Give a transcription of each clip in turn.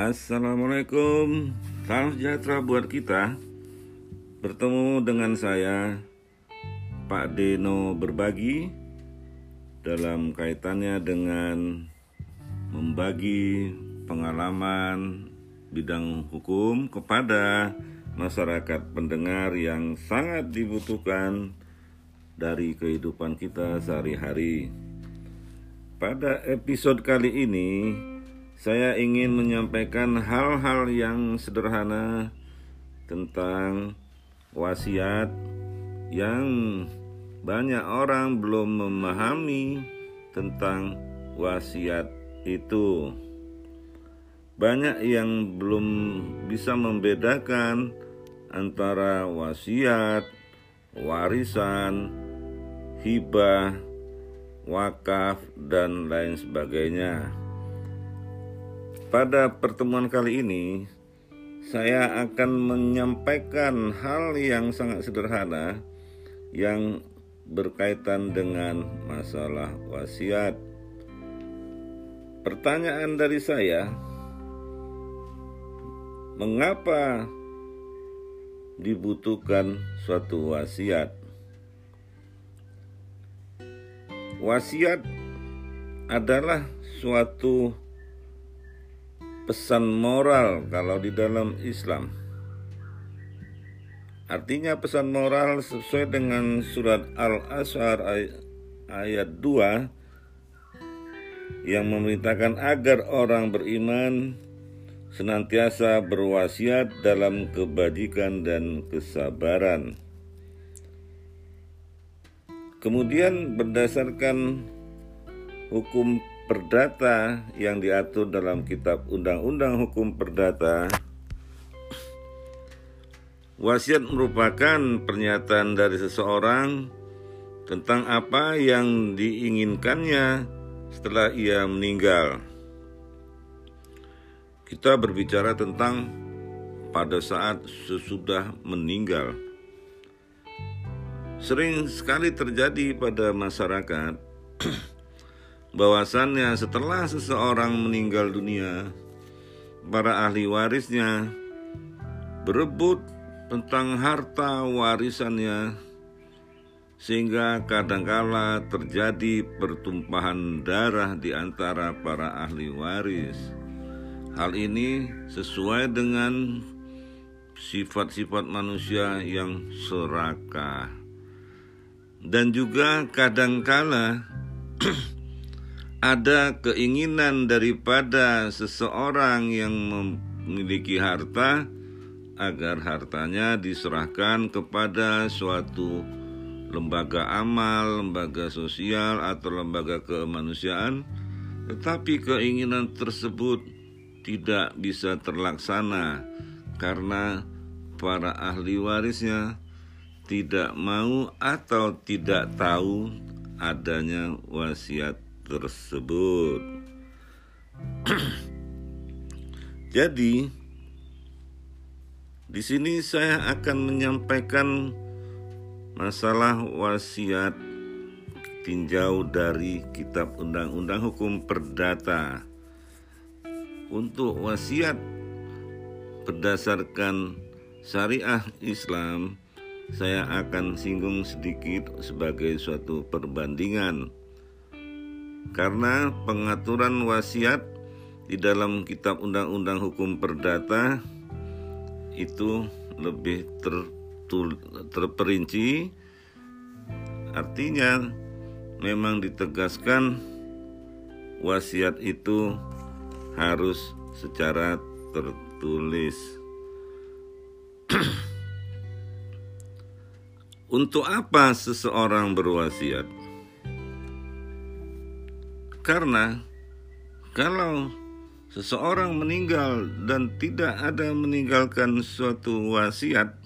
Assalamualaikum, salam sejahtera buat kita. Bertemu dengan saya, Pak Deno Berbagi, dalam kaitannya dengan membagi pengalaman bidang hukum kepada masyarakat pendengar yang sangat dibutuhkan dari kehidupan kita sehari-hari. Pada episode kali ini, saya ingin menyampaikan hal-hal yang sederhana tentang wasiat yang banyak orang belum memahami tentang wasiat itu. Banyak yang belum bisa membedakan antara wasiat, warisan, hibah, wakaf, dan lain sebagainya. Pada pertemuan kali ini, saya akan menyampaikan hal yang sangat sederhana yang berkaitan dengan masalah wasiat. Pertanyaan dari saya, mengapa dibutuhkan suatu wasiat? Wasiat adalah suatu pesan moral kalau di dalam Islam. Artinya pesan moral sesuai dengan surat Al-Asr ayat 2 yang memerintahkan agar orang beriman senantiasa berwasiat dalam kebajikan dan kesabaran. Kemudian berdasarkan hukum perdata yang diatur dalam kitab Undang-Undang Hukum Perdata, wasiat merupakan pernyataan dari seseorang tentang apa yang diinginkannya setelah ia meninggal. Kita berbicara tentang pada saat sesudah meninggal. Sering sekali terjadi pada masyarakat bahwasannya setelah seseorang meninggal dunia, para ahli warisnya berebut tentang harta warisannya, sehingga kadangkala terjadi pertumpahan darah di antara para ahli waris. Hal ini sesuai dengan sifat-sifat manusia yang serakah. Dan juga kadangkala ada keinginan daripada seseorang yang memiliki harta agar hartanya diserahkan kepada suatu lembaga amal, lembaga sosial, atau lembaga kemanusiaan, tetapi keinginan tersebut tidak bisa terlaksana karena para ahli warisnya tidak mau atau tidak tahu adanya wasiat tersebut. Jadi, di sini saya akan menyampaikan masalah wasiat tinjau dari kitab Undang-Undang Hukum Perdata. Untuk wasiat berdasarkan syariah Islam, saya akan singgung sedikit sebagai suatu perbandingan. Karena pengaturan wasiat di dalam kitab Undang-Undang Hukum Perdata itu lebih terperinci, artinya memang ditegaskan wasiat itu harus secara tertulis. Untuk apa seseorang berwasiat? Karena kalau seseorang meninggal dan tidak ada meninggalkan suatu wasiat,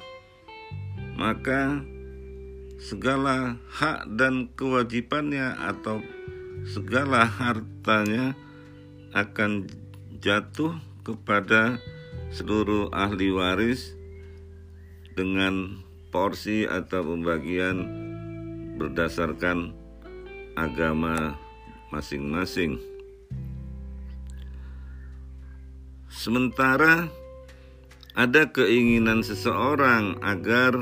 maka segala hak dan kewajibannya atau segala hartanya akan jatuh kepada seluruh ahli waris dengan porsi atau pembagian berdasarkan agama masing-masing. Sementara ada keinginan seseorang agar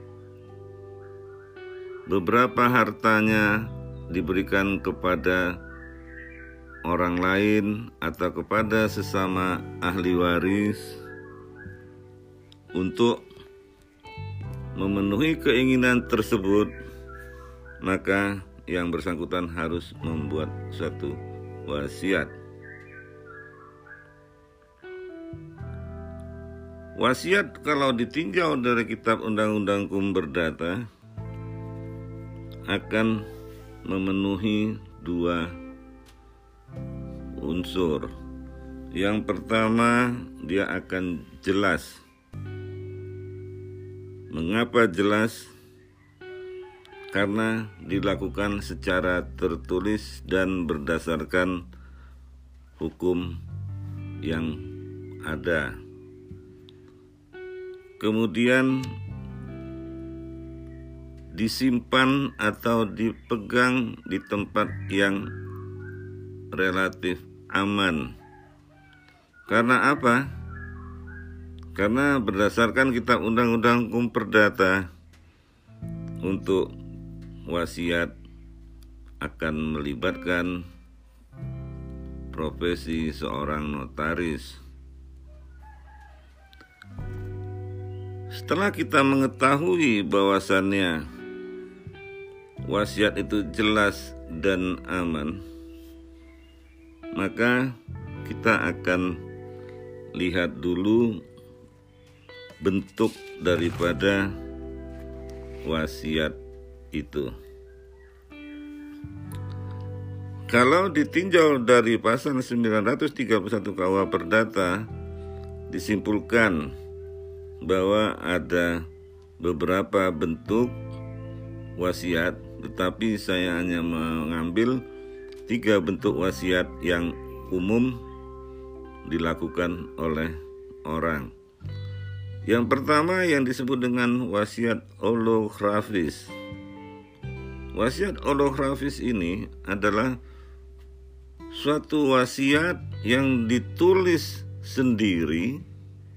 beberapa hartanya diberikan kepada orang lain atau kepada sesama ahli waris. Untuk memenuhi keinginan tersebut, maka yang bersangkutan harus membuat suatu wasiat. Wasiat kalau ditinjau dari kitab Undang-Undang Hukum Perdata akan memenuhi dua unsur. Yang pertama, dia akan jelas. Mengapa jelas? Karena dilakukan secara tertulis dan berdasarkan hukum yang ada. Kemudian disimpan atau dipegang di tempat yang relatif aman. Karena apa? Karena berdasarkan kitab Undang-Undang Hukum Perdata, untuk wasiat akan melibatkan profesi seorang notaris. Setelah kita mengetahui bahwasannya wasiat itu jelas dan aman, maka kita akan lihat dulu bentuk daripada wasiat itu. Kalau ditinjau dari pasal 931 KUH Perdata, disimpulkan bahwa ada beberapa bentuk wasiat, tetapi saya hanya mengambil 3 bentuk wasiat yang umum dilakukan oleh orang. Yang pertama yang disebut dengan wasiat holografis. Wasiat holografis ini adalah suatu wasiat yang ditulis sendiri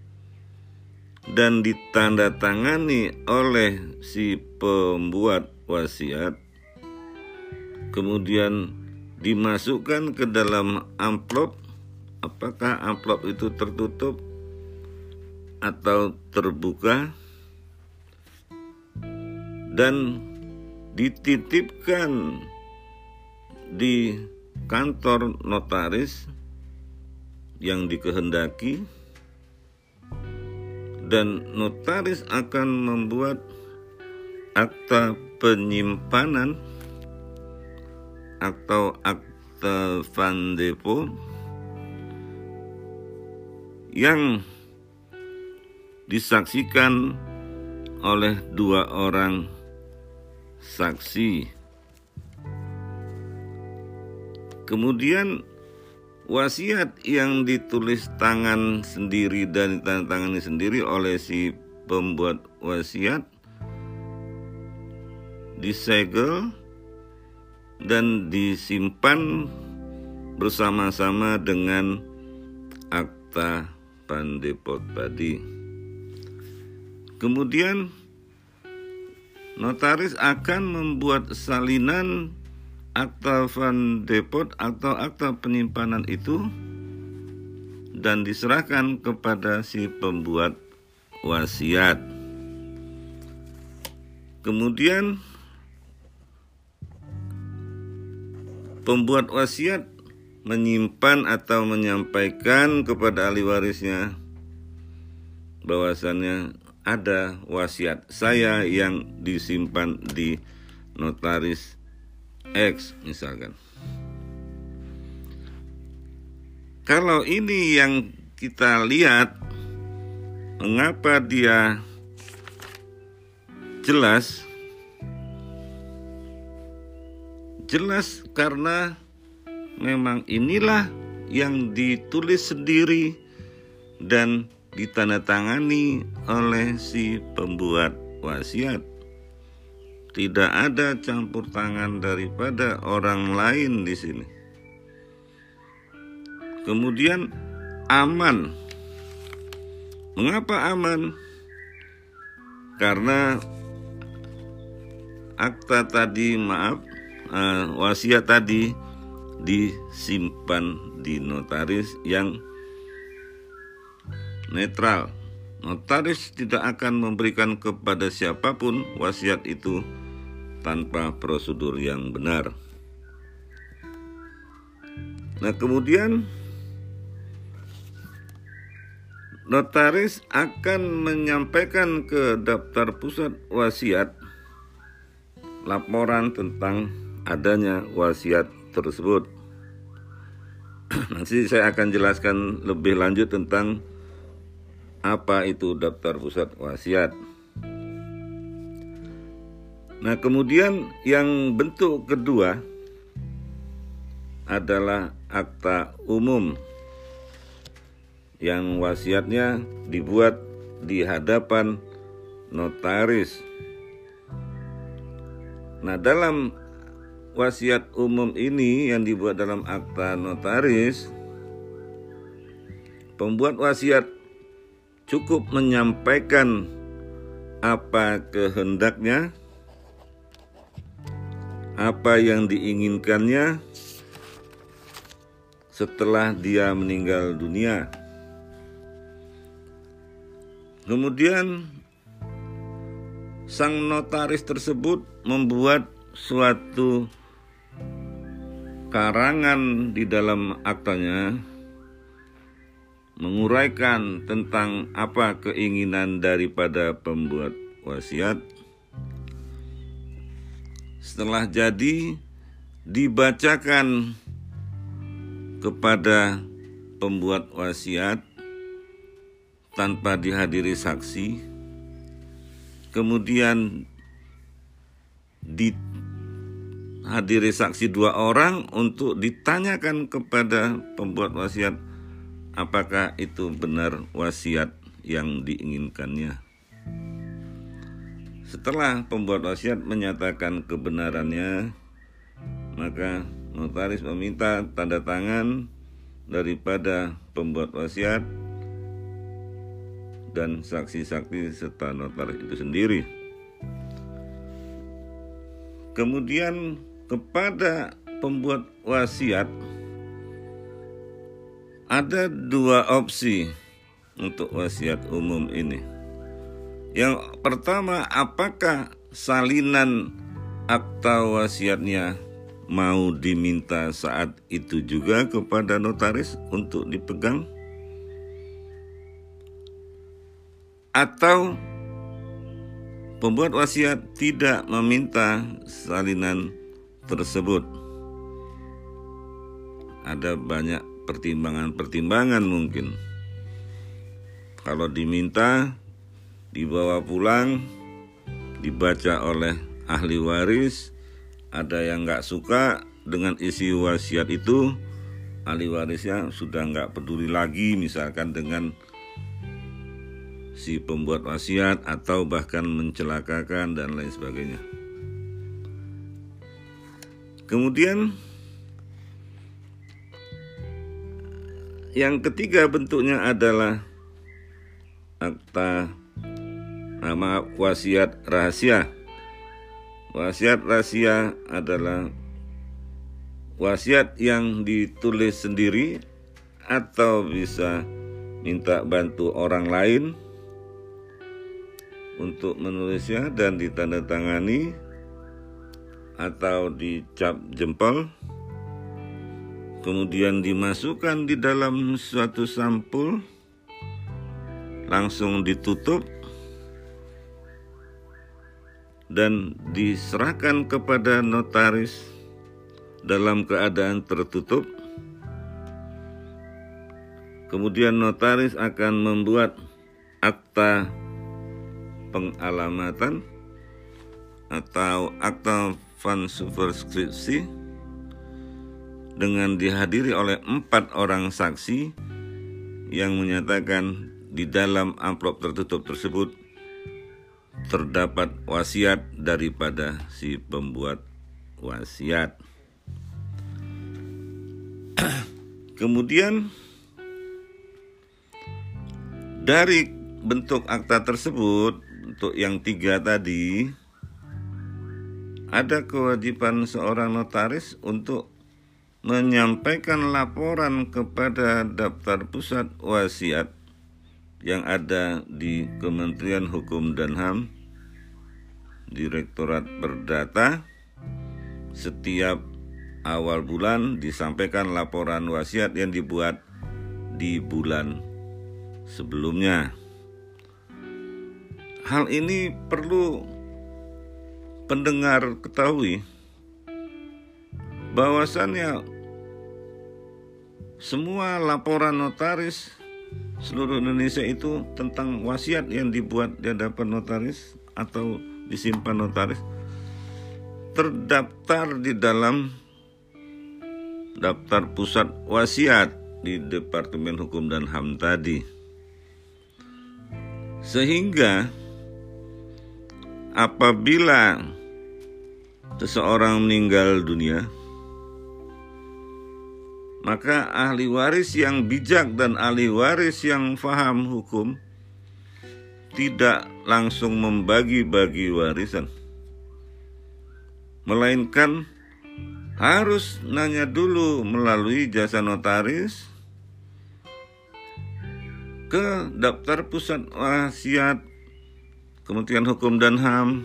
dan ditandatangani oleh si pembuat wasiat, kemudian dimasukkan ke dalam amplop. Apakah amplop itu tertutup atau terbuka, dan dititipkan di kantor notaris yang dikehendaki, dan notaris akan membuat akta penyimpanan atau akta van depot yang disaksikan oleh 2 orang saksi. Kemudian wasiat yang ditulis tangan sendiri dan ditandatangani sendiri oleh si pembuat wasiat disegel dan disimpan bersama-sama dengan akta van depot tadi. Kemudian notaris akan membuat salinan akta van depot atau akta penyimpanan itu dan diserahkan kepada si pembuat wasiat. Kemudian pembuat wasiat menyimpan atau menyampaikan kepada ahli warisnya bahwasannya ada wasiat saya yang disimpan di notaris X misalkan. Kalau ini yang kita lihat, mengapa dia jelas? Jelas karena memang inilah yang ditulis sendiri dan ditandatangani oleh si pembuat wasiat. Tidak ada campur tangan daripada orang lain di sini. Kemudian aman. Mengapa aman? Karena wasiat tadi disimpan di notaris yang netral. Notaris tidak akan memberikan kepada siapapun wasiat itu tanpa prosedur yang benar. Nah, kemudian notaris akan menyampaikan ke daftar pusat wasiat laporan tentang adanya wasiat tersebut. Nanti saya akan jelaskan lebih lanjut tentang apa itu daftar pusat wasiat. Nah, kemudian yang bentuk kedua adalah akta umum yang wasiatnya dibuat di hadapan notaris. Nah, dalam wasiat umum ini yang dibuat dalam akta notaris, pembuat wasiat cukup menyampaikan apa kehendaknya, apa yang diinginkannya setelah dia meninggal dunia. Kemudian sang notaris tersebut membuat suatu karangan di dalam aktanya, menguraikan tentang apa keinginan daripada pembuat wasiat. Setelah jadi, dibacakan kepada pembuat wasiat tanpa dihadiri saksi. Kemudian dihadiri saksi 2 orang untuk ditanyakan kepada pembuat wasiat apakah itu benar wasiat yang diinginkannya. Setelah pembuat wasiat menyatakan kebenarannya, maka notaris meminta tanda tangan daripada pembuat wasiat dan saksi-saksi serta notaris itu sendiri. Kemudian kepada pembuat wasiat ada 2 opsi untuk wasiat umum ini. Yang pertama, apakah salinan akta wasiatnya mau diminta saat itu juga kepada notaris untuk dipegang? Atau pembuat wasiat tidak meminta salinan tersebut? Ada banyak pertimbangan mungkin. Kalau diminta, dibawa pulang, dibaca oleh ahli waris, ada yang nggak suka dengan isi wasiat itu, ahli warisnya sudah nggak peduli lagi misalkan dengan si pembuat wasiat atau bahkan mencelakakan dan lain sebagainya. Kemudian yang ketiga bentuknya adalah akta wasiat rahasia. Wasiat rahasia adalah wasiat yang ditulis sendiri atau bisa minta bantu orang lain untuk menulisnya dan ditandatangani atau dicap jempol, kemudian dimasukkan di dalam suatu sampul, langsung ditutup dan diserahkan kepada notaris dalam keadaan tertutup. Kemudian notaris akan membuat akta pengalamatan atau akta van superskripsi dengan dihadiri oleh 4 orang saksi yang menyatakan di dalam amplop tertutup tersebut terdapat wasiat daripada si pembuat wasiat. Kemudian dari bentuk akta tersebut, untuk yang 3 tadi, ada kewajiban seorang notaris untuk menyampaikan laporan kepada daftar pusat wasiat yang ada di Kementerian Hukum dan HAM, Direktorat Perdata. Setiap awal bulan disampaikan laporan wasiat yang dibuat di bulan sebelumnya. Hal ini perlu pendengar ketahui, bahwasannya semua laporan notaris seluruh Indonesia itu tentang wasiat yang dibuat di hadapan notaris atau disimpan notaris terdaftar di dalam daftar pusat wasiat di Departemen Hukum dan HAM tadi. Sehingga apabila seseorang meninggal dunia, maka ahli waris yang bijak dan ahli waris yang faham hukum tidak langsung membagi-bagi warisan, melainkan harus nanya dulu melalui jasa notaris ke daftar pusat wasiat Kementerian Hukum dan HAM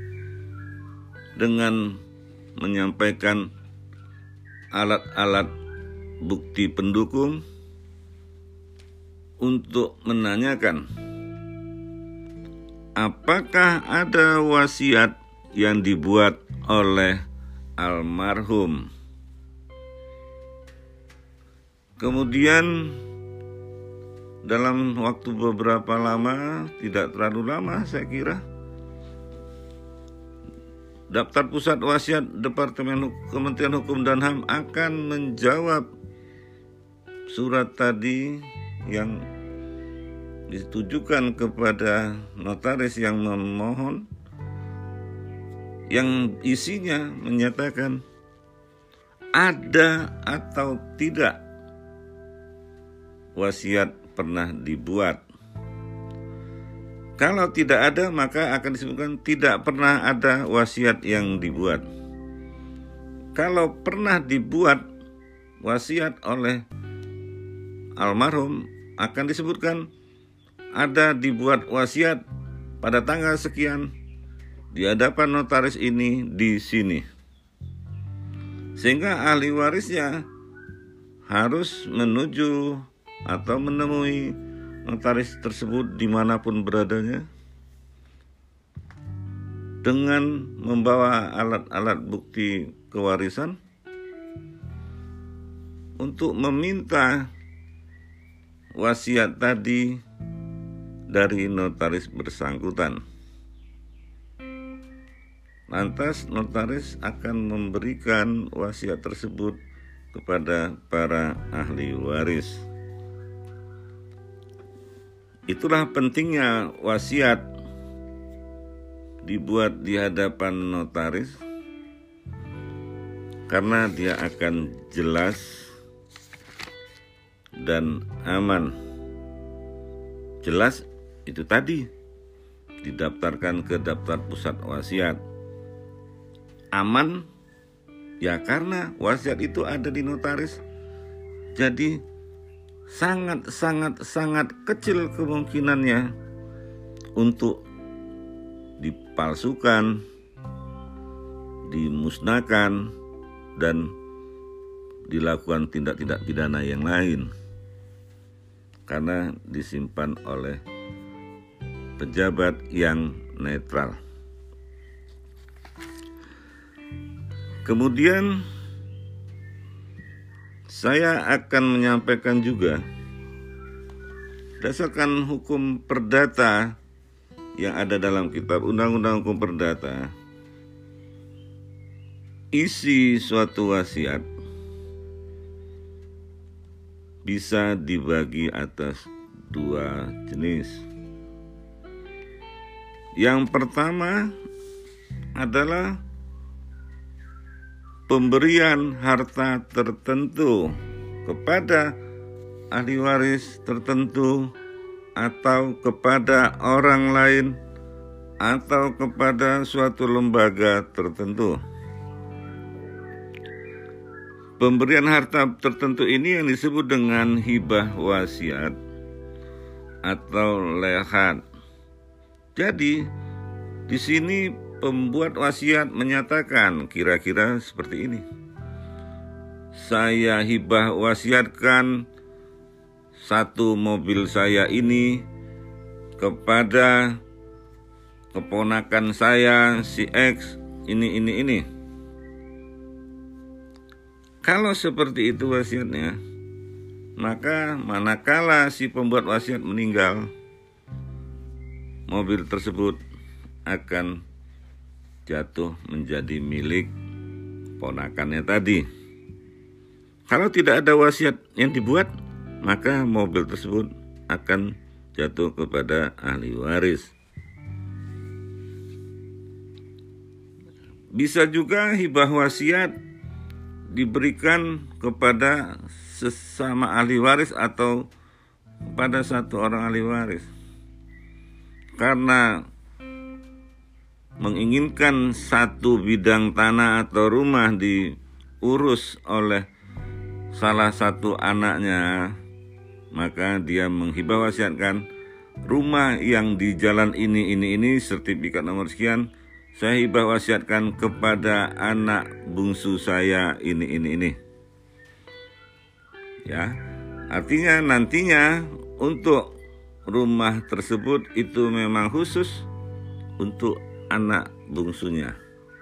dengan menyampaikan alat-alat bukti pendukung untuk menanyakan apakah ada wasiat yang dibuat oleh almarhum. Kemudian dalam waktu beberapa lama, tidak terlalu lama saya kira, daftar pusat wasiat Departemen Kementerian Hukum dan HAM akan menjawab surat tadi yang ditujukan kepada notaris yang memohon, yang isinya menyatakan ada atau tidak wasiat pernah dibuat. Kalau tidak ada, maka akan disebutkan tidak pernah ada wasiat yang dibuat. Kalau pernah dibuat wasiat oleh almarhum, akan disebutkan ada dibuat wasiat pada tanggal sekian di hadapan notaris ini di sini. Sehingga ahli warisnya harus menuju atau menemui notaris tersebut dimanapun beradanya dengan membawa alat-alat bukti kewarisan untuk meminta wasiat tadi dari notaris bersangkutan. Lantas notaris akan memberikan wasiat tersebut kepada para ahli waris. Itulah pentingnya wasiat dibuat di hadapan notaris, karena dia akan jelas dan aman. Jelas itu tadi, didaftarkan ke daftar pusat wasiat. Aman ya karena wasiat itu ada di notaris. Jadi sangat kecil kemungkinannya untuk dipalsukan, dimusnahkan, dan dilakukan tindak-tindak pidana yang lain, karena disimpan oleh pejabat yang netral. Kemudian saya akan menyampaikan juga berdasarkan hukum perdata yang ada dalam kitab Undang-Undang Hukum Perdata, isi suatu wasiat bisa dibagi atas 2 jenis. Yang pertama adalah pemberian harta tertentu kepada ahli waris tertentu atau kepada orang lain atau kepada suatu lembaga tertentu. Pemberian harta tertentu ini yang disebut dengan hibah wasiat atau lehat. Jadi di sini pembuat wasiat menyatakan kira-kira seperti ini. Saya hibah wasiatkan satu mobil saya ini kepada keponakan saya si X ini. Kalau seperti itu wasiatnya, maka manakala si pembuat wasiat meninggal, mobil tersebut akan jatuh menjadi milik ponakannya tadi. Kalau tidak ada wasiat yang dibuat, maka mobil tersebut akan jatuh kepada ahli waris. Bisa juga hibah wasiat diberikan kepada sesama ahli waris atau kepada satu orang ahli waris, karena menginginkan satu bidang tanah atau rumah diurus oleh salah satu anaknya, maka dia menghibah wasiatkan rumah yang di jalan ini sertifikat nomor sekian, saya hibah wasiatkan kepada anak bungsu saya ini. Ya, artinya nantinya untuk rumah tersebut itu memang khusus untuk anak bungsunya.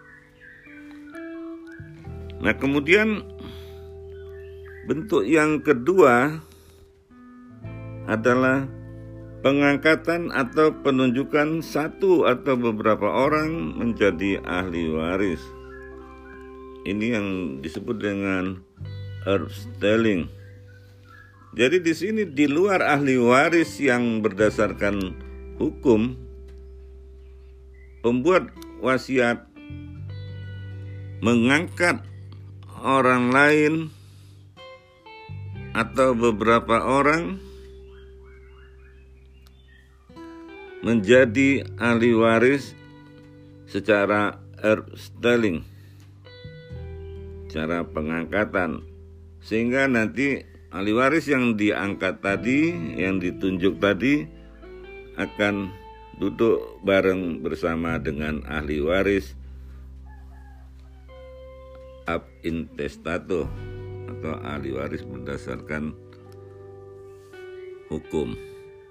Nah, kemudian bentuk yang kedua adalah pengangkatan atau penunjukan satu atau beberapa orang menjadi ahli waris. Ini yang disebut dengan erbstelling. Jadi di sini di luar ahli waris yang berdasarkan hukum, pembuat wasiat mengangkat orang lain atau beberapa orang menjadi ahli waris secara erbstelling, cara pengangkatan, sehingga nanti ahli waris yang diangkat tadi, yang ditunjuk tadi akan duduk bareng bersama dengan ahli waris ab intestato atau ahli waris berdasarkan hukum.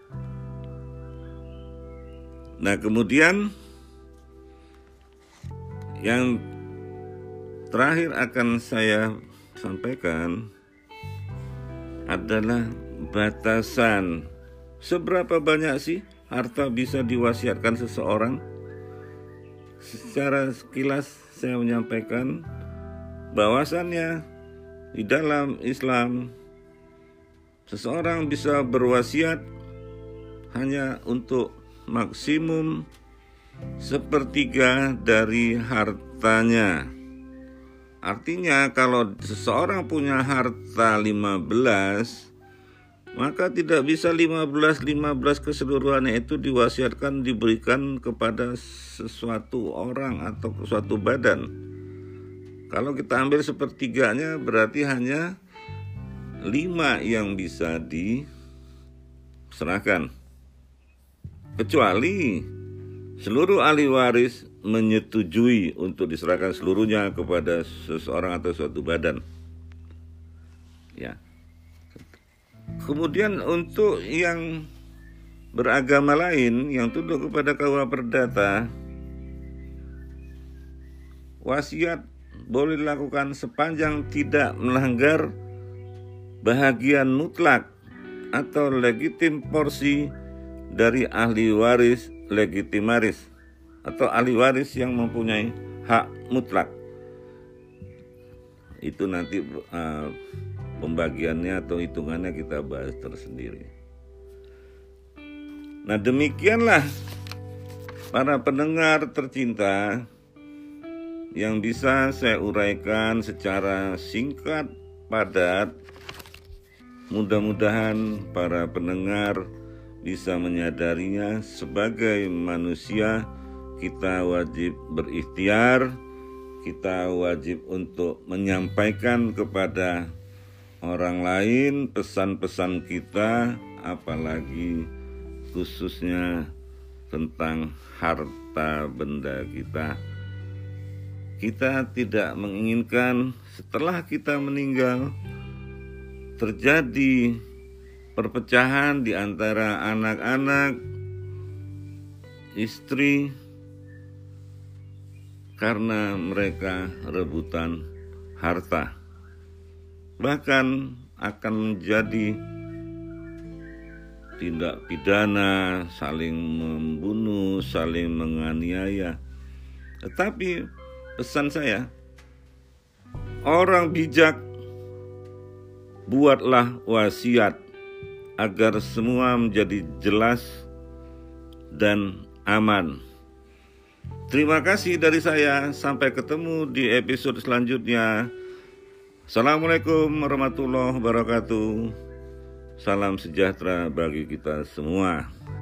Nah, kemudian yang terakhir akan saya sampaikan adalah batasan. Seberapa banyak sih harta bisa diwasiatkan seseorang? Secara sekilas saya menyampaikan bahwasannya di dalam Islam seseorang bisa berwasiat hanya untuk maksimum 1/3 dari hartanya. Artinya kalau seseorang punya harta 15, maka tidak bisa 15 keseluruhannya itu diwasiatkan diberikan kepada sesuatu orang atau suatu badan. Kalau kita ambil 1/3-nya berarti hanya 5 yang bisa diserahkan. Kecuali seluruh ahli waris menyetujui untuk diserahkan seluruhnya kepada seseorang atau suatu badan. Ya. Kemudian untuk yang beragama lain yang tunduk kepada KUH Perdata, wasiat boleh dilakukan sepanjang tidak melanggar bahagian mutlak atau legitim porsi dari ahli waris legitimaris atau ahli waris yang mempunyai hak mutlak. Itu nanti pembagiannya atau hitungannya kita bahas tersendiri. Nah, demikianlah para pendengar tercinta yang bisa saya uraikan secara singkat, padat. Mudah-mudahan para pendengar bisa menyadarinya. Sebagai manusia, kita wajib berikhtiar, kita wajib untuk menyampaikan kepada orang lain pesan-pesan kita, apalagi khususnya tentang harta benda kita. Kita tidak menginginkan setelah kita meninggal terjadi perpecahan di antara anak-anak, istri, karena mereka rebutan harta. Bahkan akan menjadi tindak pidana, saling membunuh, saling menganiaya. Tetapi pesan saya, orang bijak, buatlah wasiat agar semua menjadi jelas dan aman. Terima kasih dari saya, sampai ketemu di episode selanjutnya. Assalamualaikum warahmatullahi wabarakatuh. Salam sejahtera bagi kita semua.